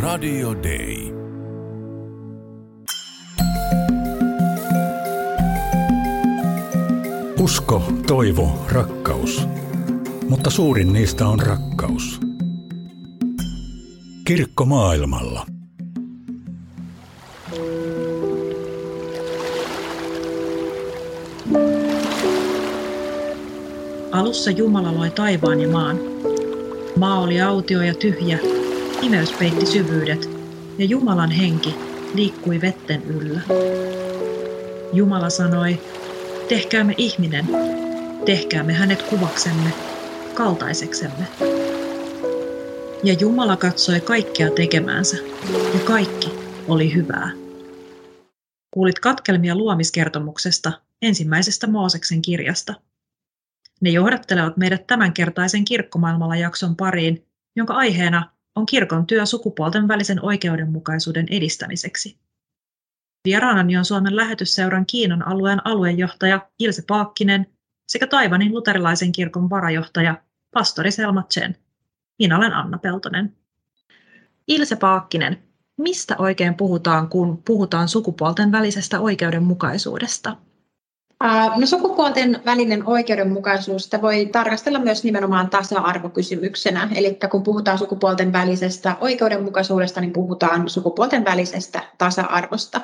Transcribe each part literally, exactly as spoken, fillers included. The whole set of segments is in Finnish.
Radio Day. Usko, toivo, rakkaus. Mutta suurin niistä on rakkaus. Kirkko maailmalla. Alussa Jumala loi taivaan ja maan. Maa oli autio ja tyhjä, pimeys peitti syvyydet, ja Jumalan henki liikkui vetten yllä. Jumala sanoi, tehkäämme ihminen, tehkäämme hänet kuvaksemme, kaltaiseksemme. Ja Jumala katsoi kaikkea tekemäänsä, ja kaikki oli hyvää. Kuulit katkelmia luomiskertomuksesta, ensimmäisestä Mooseksen kirjasta. Ne johdattelevat meidät tämänkertaisen Kirkkomaailmalla jakson pariin, jonka aiheena on kirkon työ sukupuolten välisen oikeudenmukaisuuden edistämiseksi. Vieraanani on Suomen Lähetysseuran Kiinan alueen aluejohtaja Ilse Paakkinen sekä Taiwanin luterilaisen kirkon varajohtaja pastori Selma Chen. Minä olen Anna Peltonen. Ilse Paakkinen, mistä oikein puhutaan, kun puhutaan sukupuolten välisestä oikeudenmukaisuudesta? No, sukupuolten välinen oikeudenmukaisuus sitä voi tarkastella myös nimenomaan tasa-arvokysymyksenä. Eli kun puhutaan sukupuolten välisestä oikeudenmukaisuudesta, niin puhutaan sukupuolten välisestä tasa-arvosta.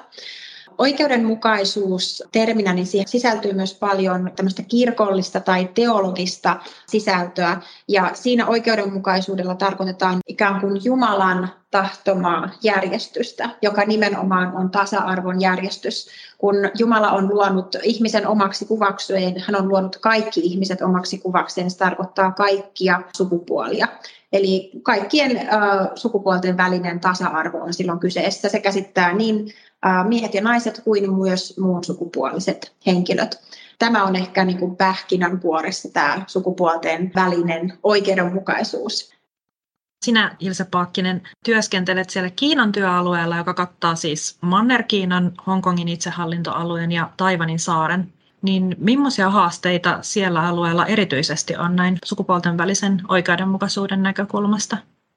Oikeudenmukaisuus terminä, niin siihen sisältyy myös paljon tämmöistä kirkollista tai teologista sisältöä. Ja siinä oikeudenmukaisuudella tarkoitetaan ikään kuin Jumalan tahtomaa järjestystä, joka nimenomaan on tasa-arvon järjestys. Kun Jumala on luonut ihmisen omaksi kuvakseen, hän on luonut kaikki ihmiset omaksi kuvakseen, se tarkoittaa kaikkia sukupuolia. Eli kaikkien äh, sukupuolten välinen tasa-arvo on silloin kyseessä. Se käsittää niin äh, miehet ja naiset kuin myös muun sukupuoliset henkilöt. Tämä on ehkä niin kuin pähkinänkuoressa tämä sukupuolten välinen oikeudenmukaisuus. Sinä, Ilse Paakkinen, työskentelet siellä Kiinan työalueella, joka kattaa siis Manner-Kiinan, Hongkongin itsehallintoalueen ja Taiwanin saaren. Niin millaisia haasteita siellä alueella erityisesti on näin sukupuolten välisen oikeudenmukaisuuden näkökulmasta?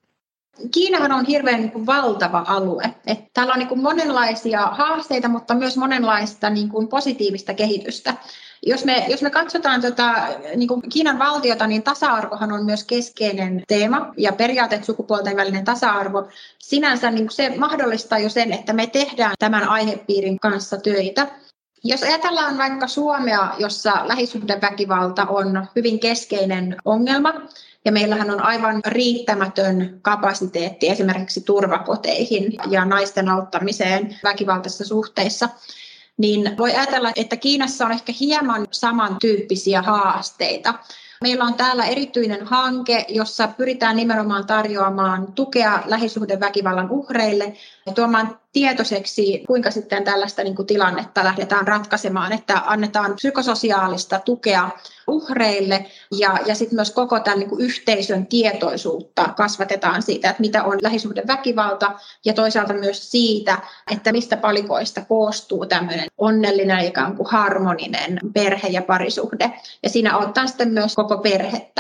Kiinahan on hirveän niin kuin valtava alue. Että täällä on niin kuin monenlaisia haasteita, mutta myös monenlaista niin kuin positiivista kehitystä. Jos me, jos me katsotaan tota, niin kuin Kiinan valtiota, niin tasa-arvohan on myös keskeinen teema ja periaate sukupuolten välinen tasa-arvo. Sinänsä niin kuin se mahdollistaa jo sen, että me tehdään tämän aihepiirin kanssa töitä. Jos ajatellaan vaikka Suomea, jossa lähisuhdeväkivalta on hyvin keskeinen ongelma, ja meillähän on aivan riittämätön kapasiteetti esimerkiksi turvakoteihin ja naisten auttamiseen väkivaltaisissa suhteissa, niin voi ajatella, että Kiinassa on ehkä hieman samantyyppisiä haasteita. Meillä on täällä erityinen hanke, jossa pyritään nimenomaan tarjoamaan tukea lähisuhdeväkivallan uhreille ja tuomaan tietoiseksi, kuinka sitten tällaista niin kuin tilannetta lähdetään ratkaisemaan, että annetaan psykososiaalista tukea uhreille ja, ja sitten myös koko tämän niin kuin yhteisön tietoisuutta kasvatetaan siitä, että mitä on lähisuhdeväkivalta ja toisaalta myös siitä, että mistä palikoista koostuu tämmöinen onnellinen ikään kuin harmoninen perhe ja parisuhde ja siinä auttaa sitten myös koko perhettä.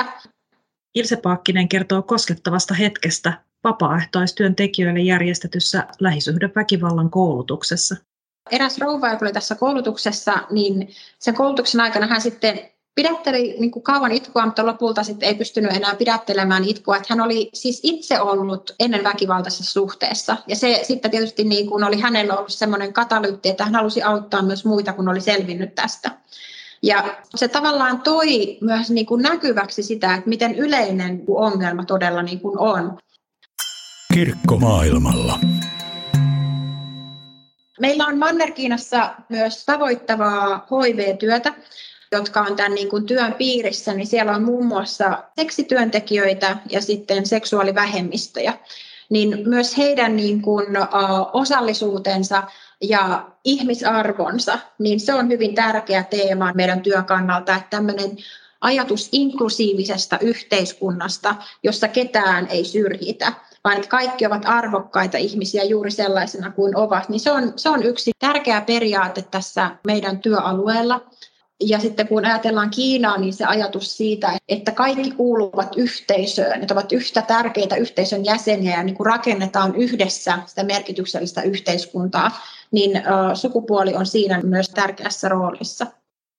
Ilse Paakkinen kertoo koskettavasta hetkestä vapaaehtoistyön tekijöille järjestetyssä lähisuhdeväkivallan koulutuksessa. Eräs rouva, joka oli tässä koulutuksessa, niin sen koulutuksen aikana hän sitten pidätteli niin kuin kauan itkua, mutta lopulta sitten ei pystynyt enää pidättelemään itkua. Että hän oli siis itse ollut ennen väkivaltaisessa suhteessa. Ja se sitten tietysti niin kuin oli hänellä ollut semmoinen katalyytti, että hän halusi auttaa myös muita, kun oli selvinnyt tästä. Ja se tavallaan toi myös niin kuin näkyväksi sitä, että miten yleinen ongelma todella niin kuin on. Kirkko maailmalla. Meillä on Manner-Kiinassa myös tavoittavaa H I V-työtä, jotka on tämän niin kuin työn piirissä, niin siellä on muun muassa seksityöntekijöitä ja sitten seksuaalivähemmistöjä. Niin myös heidän niin kuin, uh, osallisuutensa ja ihmisarvonsa, niin se on hyvin tärkeä teema meidän työn kannalta, että tämmöinen ajatus inklusiivisesta yhteiskunnasta, jossa ketään ei syrjitä, vaan että kaikki ovat arvokkaita ihmisiä juuri sellaisena kuin ovat, niin se on, se on yksi tärkeä periaate tässä meidän työalueella. Ja sitten kun ajatellaan Kiinaa, niin se ajatus siitä, että kaikki kuuluvat yhteisöön, että ovat yhtä tärkeitä yhteisön jäseniä ja niin kuin rakennetaan yhdessä sitä merkityksellistä yhteiskuntaa, niin sukupuoli on siinä myös tärkeässä roolissa.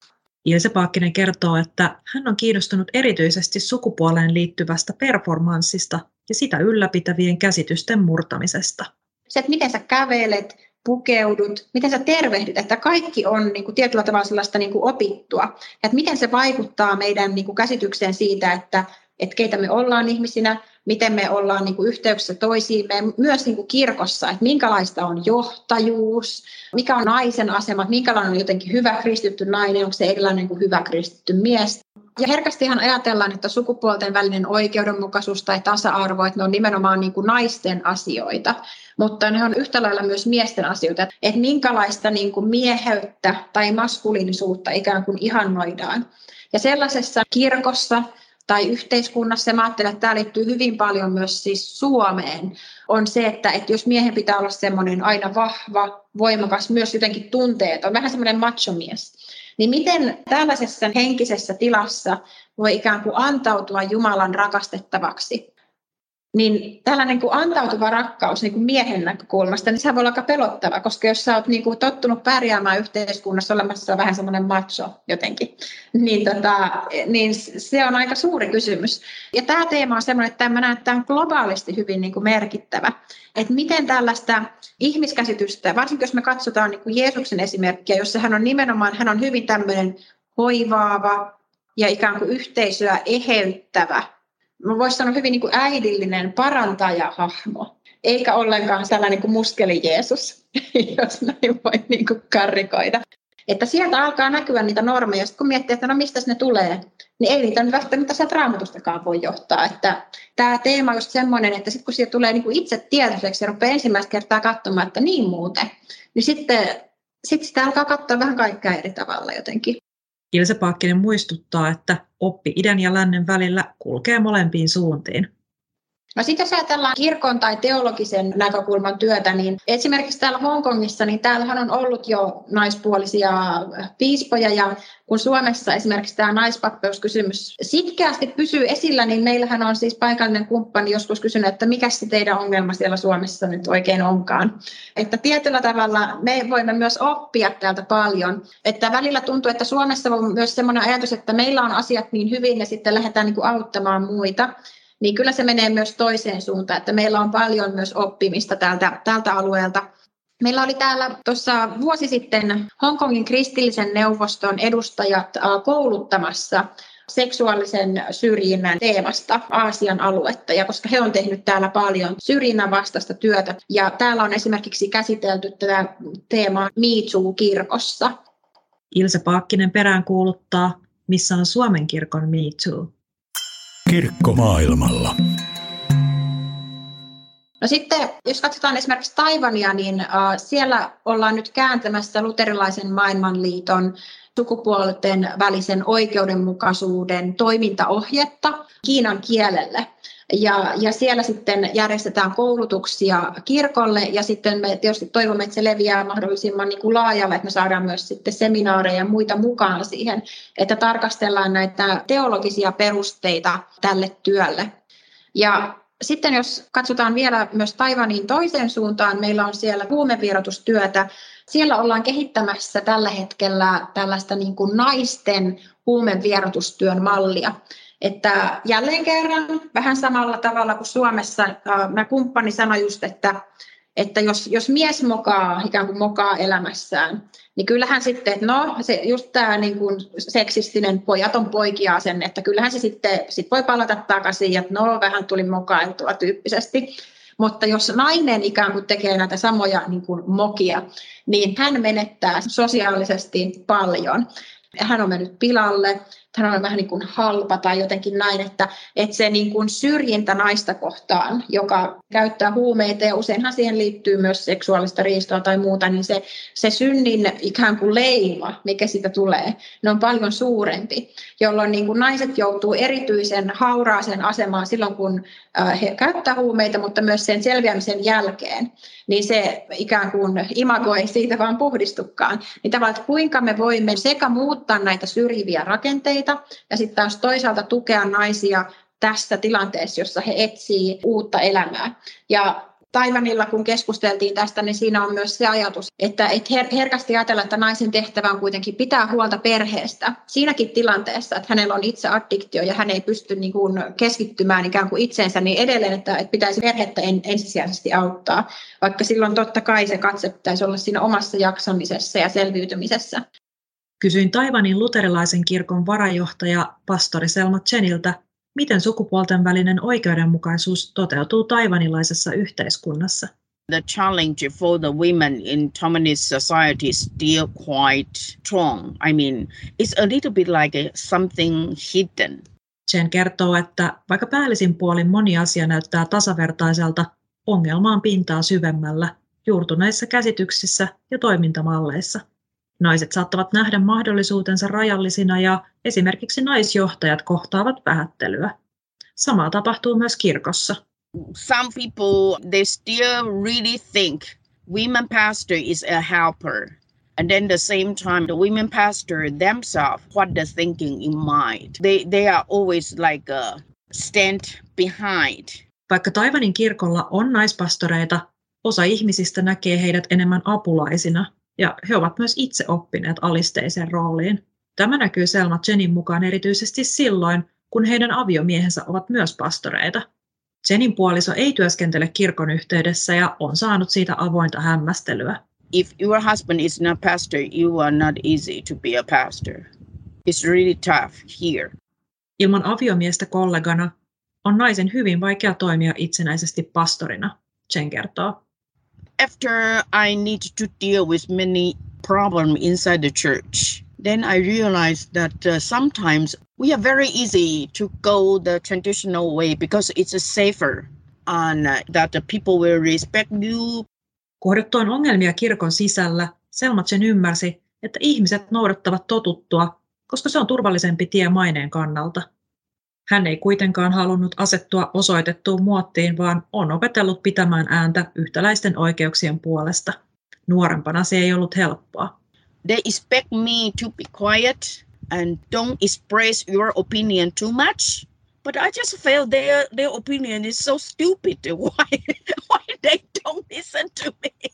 Ilse Paakkinen kertoo, että hän on kiinnostunut erityisesti sukupuoleen liittyvästä performanssista ja sitä ylläpitävien käsitysten murtamisesta. Se, että miten sä kävelet, pukeudut, miten sä tervehdit, että kaikki on niin kuin tietyllä tavalla sellaista niin kuin opittua. Ja että miten se vaikuttaa meidän niin kuin käsitykseen siitä, että, että keitä me ollaan ihmisinä, miten me ollaan niin kuin yhteyksissä toisiimme, myös niin kuin kirkossa, että minkälaista on johtajuus, mikä on naisen asema, minkälainen on jotenkin hyvä kristitty nainen, onko se erilainen kuin hyvä kristitty mies. Ja herkästihan ajatellaan, että sukupuolten välinen oikeudenmukaisuus tai tasa-arvo, että ne on nimenomaan niin kuin naisten asioita, mutta ne on yhtä lailla myös miesten asioita, että minkälaista niin kuin mieheyttä tai maskuliinisuutta ikään kuin ihannoidaan. Ja sellaisessa kirkossa tai yhteiskunnassa, mä ajattelen, että tämä liittyy hyvin paljon myös siis Suomeen, on se, että, että jos miehen pitää olla semmoinen aina vahva, voimakas, myös jotenkin tunteeton, vähän semmoinen machomies, niin miten tällaisessa henkisessä tilassa voi ikään kuin antautua Jumalan rakastettavaksi? Niin tällainen kuin antautuva rakkaus niin kuin miehen näkökulmasta, niin se voi olla aika pelottava, koska jos sä oot niin kuin tottunut pärjäämään yhteiskunnassa olemassa vähän semmoinen macho jotenkin, niin, tota, niin se on aika suuri kysymys. Ja tämä teema on semmoinen, että mä näen, että tämä on globaalisti hyvin niin kuin merkittävä. Että miten tällaista ihmiskäsitystä, varsinkin jos me katsotaan niin kuin Jeesuksen esimerkkiä, jossa hän on nimenomaan, hän on hyvin tämmöinen hoivaava ja ikään kuin yhteisöä eheyttävä, mä voisin sanoa hyvin niin kuin äidillinen parantajahahmo, eikä ollenkaan tällainen niin kuin muskeli Jeesus, jos näin voi niin kuin karrikoida. Että sieltä alkaa näkyä niitä normeja, sitten kun miettii, että no mistä ne tulee, niin ei niitä välttämättä sieltä Raamatustakaan voi johtaa. Että tämä teema on just semmoinen, että sitten kun siitä tulee niin kuin itse tietoiseksi ja rupeaa ensimmäistä kertaa katsomaan, että niin muuten, niin sitten sit sitä alkaa katsoa vähän kaikkea eri tavalla jotenkin. Ilse Paakkinen muistuttaa, että oppi idän ja lännen välillä kulkee molempiin suuntiin. No sitten jos ajatellaan kirkon tai teologisen näkökulman työtä, niin esimerkiksi täällä Hongkongissa, niin täällähän on ollut jo naispuolisia piispoja, ja kun Suomessa esimerkiksi tämä naispapeuskysymys sitkeästi pysyy esillä, niin meillähän on siis paikallinen kumppani joskus kysynyt, että mikä se teidän ongelma siellä Suomessa nyt oikein onkaan. Että tietyllä tavalla me voimme myös oppia täältä paljon, että välillä tuntuu, että Suomessa on myös sellainen ajatus, että meillä on asiat niin hyvin ja sitten lähdetään niin kuin auttamaan muita. Niin kyllä se menee myös toiseen suuntaan, että meillä on paljon myös oppimista tältä, tältä alueelta. Meillä oli täällä tuossa vuosi sitten Hongkongin kristillisen neuvoston edustajat kouluttamassa seksuaalisen syrjinnän teemasta Aasian aluetta, ja koska he on tehnyt täällä paljon syrjinnän vastaista työtä, ja täällä on esimerkiksi käsitelty tätä teemaa Me Too-kirkossa. Ilse Paakkinen peräänkuuluttaa, missä on Suomen kirkon Me Too. Kirkko maailmalla. No sitten, jos katsotaan esimerkiksi Taiwania, niin uh, siellä ollaan nyt kääntämässä luterilaisen maailmanliiton sukupuolten välisen oikeudenmukaisuuden toimintaohjetta Kiinan kielelle. Ja, ja siellä sitten järjestetään koulutuksia kirkolle, ja sitten me tietysti toivomme, että se leviää mahdollisimman niin kuin laajalle, että me saadaan myös sitten seminaareja ja muita mukaan siihen, että tarkastellaan näitä teologisia perusteita tälle työlle. Ja sitten jos katsotaan vielä myös Taiwanin toiseen suuntaan, meillä on siellä huumevierotustyötä. Siellä ollaan kehittämässä tällä hetkellä tällaista niin kuin naisten huumevierotustyön mallia. Että jälleen kerran vähän samalla tavalla kuin Suomessa, mä kumppani sanoi just, että, että jos, jos mies mokaa, ikään kuin mokaa elämässään, niin kyllähän sitten, että no se, just tämä niin kuin seksistinen pojaton poikia sen, että kyllähän se sitten sit voi palata takaisin, että no vähän tuli mokailtua tyyppisesti. Mutta jos nainen ikään kuin tekee näitä samoja niin kuin mokia, niin hän menettää sosiaalisesti paljon. Hän on mennyt pilalle, hän on vähän niin kuin halpa tai jotenkin näin, että, että se niin kuin syrjintä naista kohtaan, joka käyttää huumeita ja useinhan siihen liittyy myös seksuaalista riistoa tai muuta, niin se, se synnin ikään kuin leima, mikä siitä tulee, ne on paljon suurempi, jolloin niin kuin naiset joutuu erityisen hauraaseen asemaan silloin, kun he käyttää huumeita, mutta myös sen selviämisen jälkeen, niin se ikään kuin imago ei siitä vaan puhdistukaan. Niin tavallaan, että kuinka me voimme sekä muuttaa näitä syrjiviä rakenteita ja sitten taas toisaalta tukea naisia tässä tilanteessa, jossa he etsii uutta elämää. Ja Taiwanilla, kun keskusteltiin tästä, niin siinä on myös se ajatus, että et her- herkästi ajatella, että naisen tehtävä on kuitenkin pitää huolta perheestä. Siinäkin tilanteessa, että hänellä on itse addiktio ja hän ei pysty niin kuin keskittymään ikään kuin itseensä, niin edelleen, että, että pitäisi perhettä en- ensisijaisesti auttaa. Vaikka silloin totta kai se katse pitäisi olla siinä omassa jaksamisessa ja selviytymisessä. Kysyin Taiwanin luterilaisen kirkon varajohtaja pastori Selma Cheniltä, miten sukupuolten välinen oikeudenmukaisuus toteutuu taiwanilaisessa yhteiskunnassa? The challenge for the women in Taiwanese society is still quite strong. I mean, it's a little bit like something hidden. Chen kertoo, että vaikka päällisin puolin moni asia näyttää tasavertaiselta, ongelma on pintaa syvemmällä, juurtuneissa käsityksissä ja toimintamalleissa. Naiset saattavat nähdä mahdollisuutensa rajallisina ja esimerkiksi naisjohtajat kohtaavat vähättelyä. Samaa tapahtuu myös kirkossa. Some people, they still really think women pastor is a helper. And then the same time, the women pastor themselves, what they're thinking in mind. They, they are always like a stand behind. Vaikka Taiwanin kirkolla on naispastoreita, osa ihmisistä näkee heidät enemmän apulaisina. Ja he ovat myös itse oppineet alisteisen rooliin. Tämä näkyy Selma Chenin mukaan erityisesti silloin, kun heidän aviomiehensä ovat myös pastoreita. Chenin puoliso ei työskentele kirkon yhteydessä ja on saanut siitä avointa hämmästelyä. If your husband is not pastor, you are not easy to be a pastor. It's really tough here. Ilman aviomiestä kollegana on naisen hyvin vaikea toimia itsenäisesti pastorina, Chen kertoo. After I need to deal with many problems inside the church, then I realized that uh, sometimes we are very easy to go the traditional way because it's safer and uh, that the people will respect you. Kohdattuaan ongelmia kirkon sisällä, Selma Chen ymmärsi, että ihmiset noudattavat totuttua, koska se on turvallisempi tie maineen kannalta. Hän ei kuitenkaan halunnut asettua osoitettuun muottiin, vaan on opetellut pitämään ääntä yhtäläisten oikeuksien puolesta. Nuorempana se ei ollut helppoa. They expect me to be quiet and don't express your opinion too much. But I just feel their, their opinion is so stupid. Why, why they don't listen to me?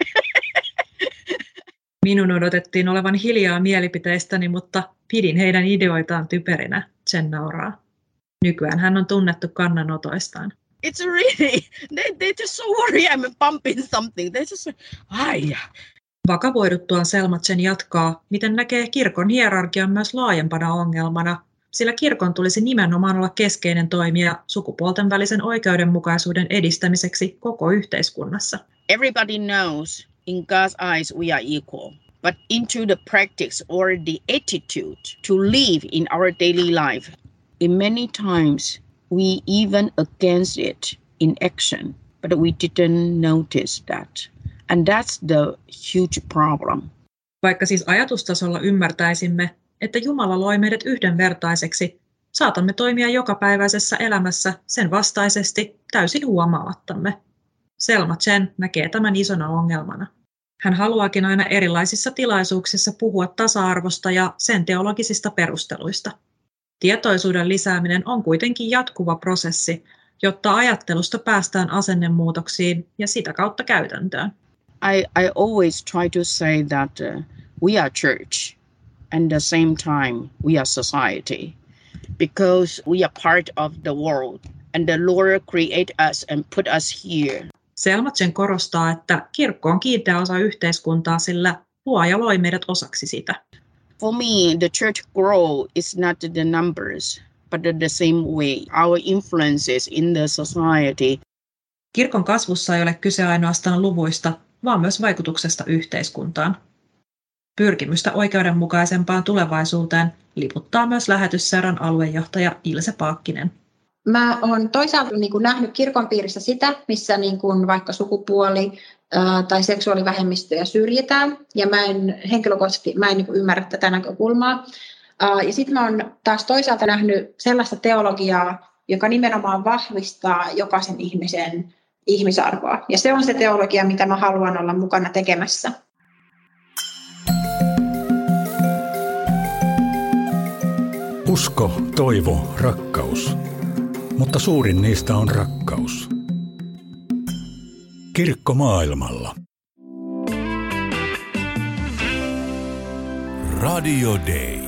Minun odotettiin olevan hiljaa mielipiteistäni, mutta pidin heidän ideoitaan typerinä, Chen nauraa. Nykyään hän on tunnettu kannanotoistaan. It's really, they, they just so worry I'm bumping something. They just, ai. Vakavoiduttuaan Selma Chen jatkaa, miten näkee kirkon hierarkian myös laajempana ongelmana, sillä kirkon tulisi nimenomaan olla keskeinen toimija sukupuolten välisen oikeudenmukaisuuden edistämiseksi koko yhteiskunnassa. Everybody knows in God's eyes we are equal, but into the practice or the attitude to live in our daily life, in many times we even against it in action, but we didn't notice that. And that's the huge problem. Vaikka siis ajatustasolla ymmärtäisimme, että Jumala loi meidät yhdenvertaiseksi, saatamme toimia jokapäiväisessä elämässä sen vastaisesti täysin huomaamattamme. Selma Chen näkee tämän isona ongelmana. Hän haluaakin aina erilaisissa tilaisuuksissa puhua tasa-arvosta ja sen teologisista perusteluista. Tietoisuuden lisääminen on kuitenkin jatkuva prosessi, jotta ajattelusta päästään asennemuutoksiin ja sitä kautta käytäntöön. I, I always try to say that uh, we are church and at the same time we are society because we are part of the world and the Lord created us and put us here. Selma Chen korostaa, että kirkko on kiinteä osa yhteiskuntaa, sillä Luoja loi meidät osaksi sitä. For me, the church grow is not the numbers, but the same way our influences in the society. Kirkon kasvussa ei ole kyse ainoastaan luvuista, vaan myös vaikutuksesta yhteiskuntaan. Pyrkimystä oikeudenmukaisempaan tulevaisuuteen liputtaa myös lähetysseuran aluejohtaja Ilse Paakkinen. Mä oon toisaalta niin kuin nähnyt kirkon piirissä sitä, missä niin kuin vaikka sukupuoli ää, tai seksuaalivähemmistöjä syrjitään, ja mä en henkilökohtaisesti mä en niin kuin ymmärrä tätä näkökulmaa. Ää, ja sitten mä oon taas toisaalta nähnyt sellaista teologiaa, joka nimenomaan vahvistaa jokaisen ihmisen ihmisarvoa. Ja se on se teologia, mitä mä haluan olla mukana tekemässä. Usko, toivo, rakkaus. Mutta suurin niistä on rakkaus. Kirkko maailmalla. Radio Day.